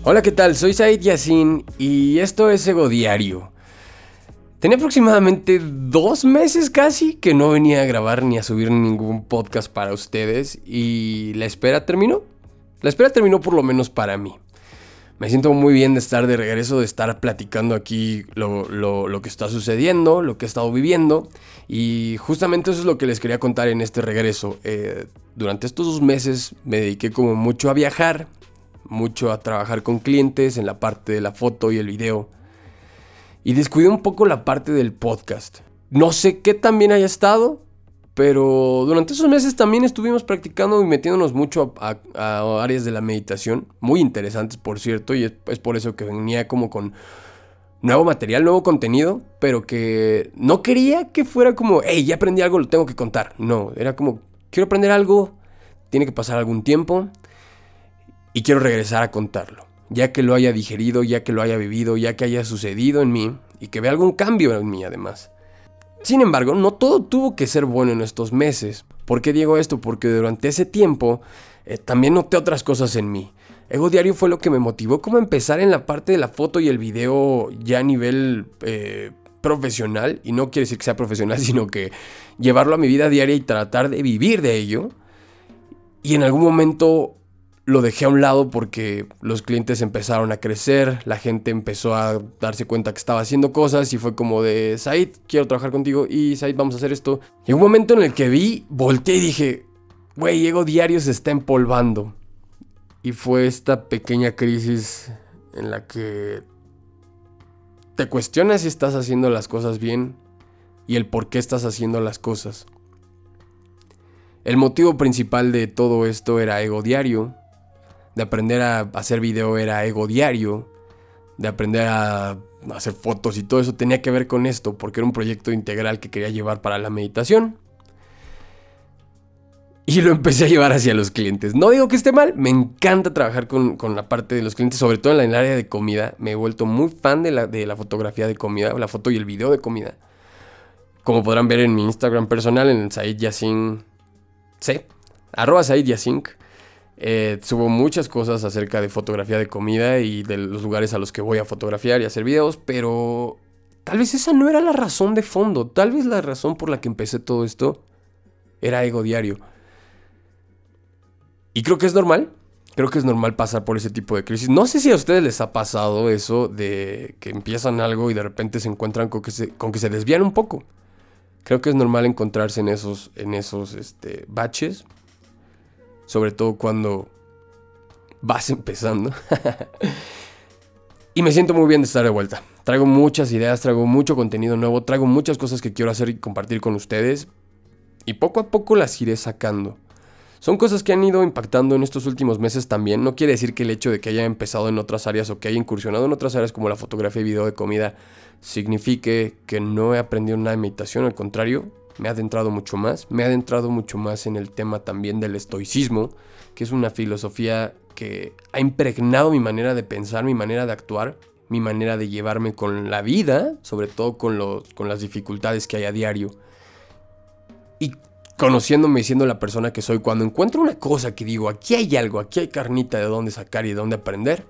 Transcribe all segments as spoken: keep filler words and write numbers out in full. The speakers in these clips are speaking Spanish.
Hola, ¿qué tal? Soy Said Yassin y esto es Ego Diario. Tenía aproximadamente dos meses casi que no venía a grabar ni a subir ningún podcast para ustedes y la espera terminó. La espera terminó por lo menos para mí. Me siento muy bien de estar de regreso, de estar platicando aquí lo, lo, lo que está sucediendo, lo que he estado viviendo. Y justamente eso es lo que les quería contar en este regreso. Eh, durante estos dos meses me dediqué como mucho a viajar, mucho a trabajar con clientes en la parte de la foto y el video. Y descuidé un poco la parte del podcast. No sé qué tan bien haya estado, pero durante esos meses también estuvimos practicando y metiéndonos mucho a, a, a áreas de la meditación, muy interesantes por cierto, y es, es por eso que venía como con nuevo material, nuevo contenido, pero que no quería que fuera como, hey, ya aprendí algo, lo tengo que contar. No, era como, quiero aprender algo, tiene que pasar algún tiempo y quiero regresar a contarlo. Ya que lo haya digerido, ya que lo haya vivido, ya que haya sucedido en mí y que vea algún cambio en mí además. Sin embargo, no todo tuvo que ser bueno en estos meses. ¿Por qué digo esto? Porque durante ese tiempo eh, también noté otras cosas en mí. Ego Diario fue lo que me motivó como a empezar en la parte de la foto y el video ya a nivel eh, profesional. Y no quiere decir que sea profesional, sino que llevarlo a mi vida diaria y tratar de vivir de ello. Y en algún momento lo dejé a un lado porque los clientes empezaron a crecer, la gente empezó a darse cuenta que estaba haciendo cosas y fue como de, Said, quiero trabajar contigo y Said, vamos a hacer esto. Y un momento en el que vi, volteé y dije, güey, Ego Diario se está empolvando. Y fue esta pequeña crisis en la que te cuestionas si estás haciendo las cosas bien y el por qué estás haciendo las cosas. El motivo principal de todo esto era Ego Diario. De aprender a hacer video era Ego Diario. De aprender a hacer fotos y todo eso tenía que ver con esto, porque era un proyecto integral que quería llevar para la meditación. Y lo empecé a llevar hacia los clientes. No digo que esté mal, me encanta trabajar con, con la parte de los clientes, sobre todo en, la, en el área de comida. Me he vuelto muy fan de la, de la fotografía de comida, la foto y el video de comida. Como podrán ver en mi Instagram personal, en Said Yassin C, arroba Said Yassin. Eh, subo muchas cosas acerca de fotografía de comida y de los lugares a los que voy a fotografiar y hacer videos, pero tal vez esa no era la razón de fondo. Tal vez la razón por la que empecé todo esto era Ego Diario. Y creo que es normal, creo que es normal pasar por ese tipo de crisis. No sé si a ustedes les ha pasado eso de que empiezan algo y de repente se encuentran con que se, con que se desvían un poco. Creo que es normal encontrarse en esos, en esos este, baches. Sobre todo cuando vas empezando. Y me siento muy bien de estar de vuelta. Traigo muchas ideas, traigo mucho contenido nuevo, traigo muchas cosas que quiero hacer y compartir con ustedes. Y poco a poco las iré sacando. Son cosas que han ido impactando en estos últimos meses también. No quiere decir que el hecho de que haya empezado en otras áreas o que haya incursionado en otras áreas como la fotografía y video de comida signifique que no he aprendido nada de meditación. Al contrario, me he adentrado mucho más. Me he adentrado mucho más en el tema también del estoicismo, que es una filosofía que ha impregnado mi manera de pensar, mi manera de actuar, mi manera de llevarme con la vida, sobre todo con, los, con las dificultades que hay a diario. Y conociéndome y siendo la persona que soy, cuando encuentro una cosa que digo, aquí hay algo, aquí hay carnita de dónde sacar y de dónde aprender,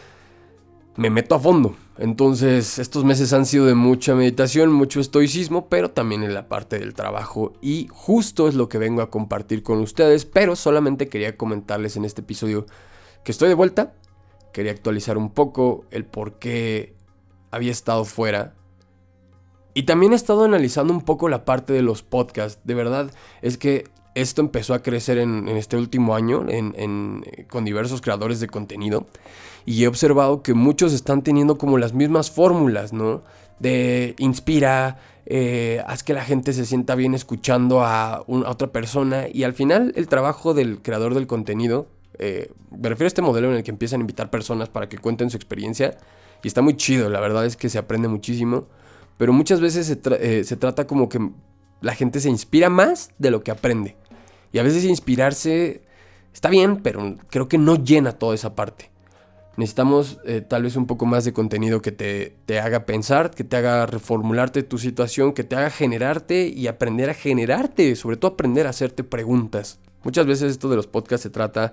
me meto a fondo. Entonces estos meses han sido de mucha meditación, mucho estoicismo, pero también en la parte del trabajo, y justo es lo que vengo a compartir con ustedes. Pero solamente quería comentarles en este episodio que estoy de vuelta. Quería actualizar un poco el por qué había estado fuera. Y también he estado analizando un poco la parte de los podcasts. De verdad es que esto empezó a crecer en, en este último año en, en, con diversos creadores de contenido. Y he observado que muchos están teniendo como las mismas fórmulas, ¿no? De inspira, eh, haz que la gente se sienta bien escuchando a, un, a otra persona. Y al final el trabajo del creador del contenido, eh, me refiero a este modelo en el que empiezan a invitar personas para que cuenten su experiencia. Y está muy chido, la verdad es que se aprende muchísimo. Pero muchas veces se, tra- eh, se trata como que la gente se inspira más de lo que aprende. Y a veces inspirarse está bien, pero creo que no llena toda esa parte. Necesitamos eh, tal vez un poco más de contenido que te, te haga pensar, que te haga reformularte tu situación, que te haga generarte y aprender a generarte, sobre todo aprender a hacerte preguntas. Muchas veces esto de los podcasts se trata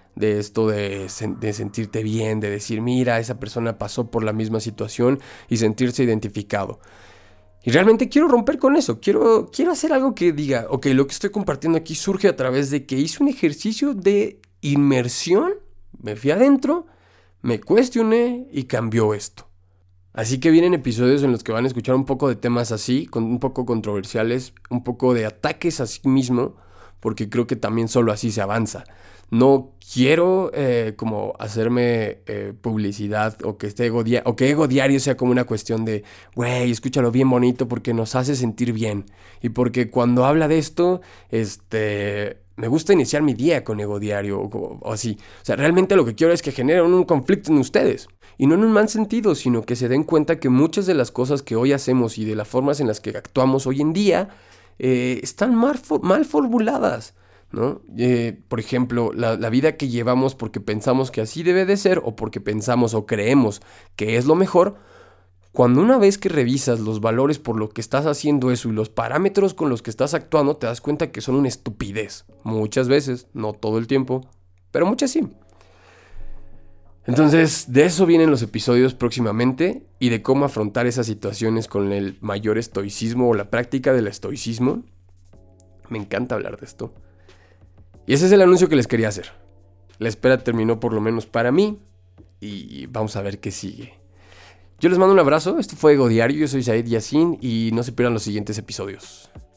de esto de, de sentirte bien, de decir, mira, esa persona pasó por la misma situación y sentirse identificado. Y realmente quiero romper con eso, quiero, quiero hacer algo que diga, ok, lo que estoy compartiendo aquí surge a través de que hice un ejercicio de inmersión, me fui adentro, me cuestioné y cambió esto. Así que vienen episodios en los que van a escuchar un poco de temas así, con un poco controversiales, un poco de ataques a sí mismo, porque creo que también solo así se avanza. No quiero eh, como hacerme eh, publicidad o que este ego, dia- o que ego diario sea como una cuestión de, güey, escúchalo bien bonito porque nos hace sentir bien. Y porque cuando habla de esto, este, me gusta iniciar mi día con ego diario o, o así. O sea, realmente lo que quiero es que generen un conflicto en ustedes. Y no en un mal sentido, sino que se den cuenta que muchas de las cosas que hoy hacemos y de las formas en las que actuamos hoy en día eh, están mal, for- mal formuladas, ¿no? Eh, por ejemplo, la, la vida que llevamos porque pensamos que así debe de ser o porque pensamos o creemos que es lo mejor, cuando una vez que revisas los valores por lo que estás haciendo eso y los parámetros con los que estás actuando, te das cuenta que son una estupidez. Muchas veces, no todo el tiempo, pero muchas sí. Entonces, de eso vienen los episodios próximamente y de cómo afrontar esas situaciones con el mayor estoicismo o la práctica del estoicismo. Me encanta hablar de esto. Y ese es el anuncio que les quería hacer. La espera terminó por lo menos para mí y vamos a ver qué sigue. Yo les mando un abrazo, esto fue Ego Diario, yo soy Said Yassin y no se pierdan los siguientes episodios.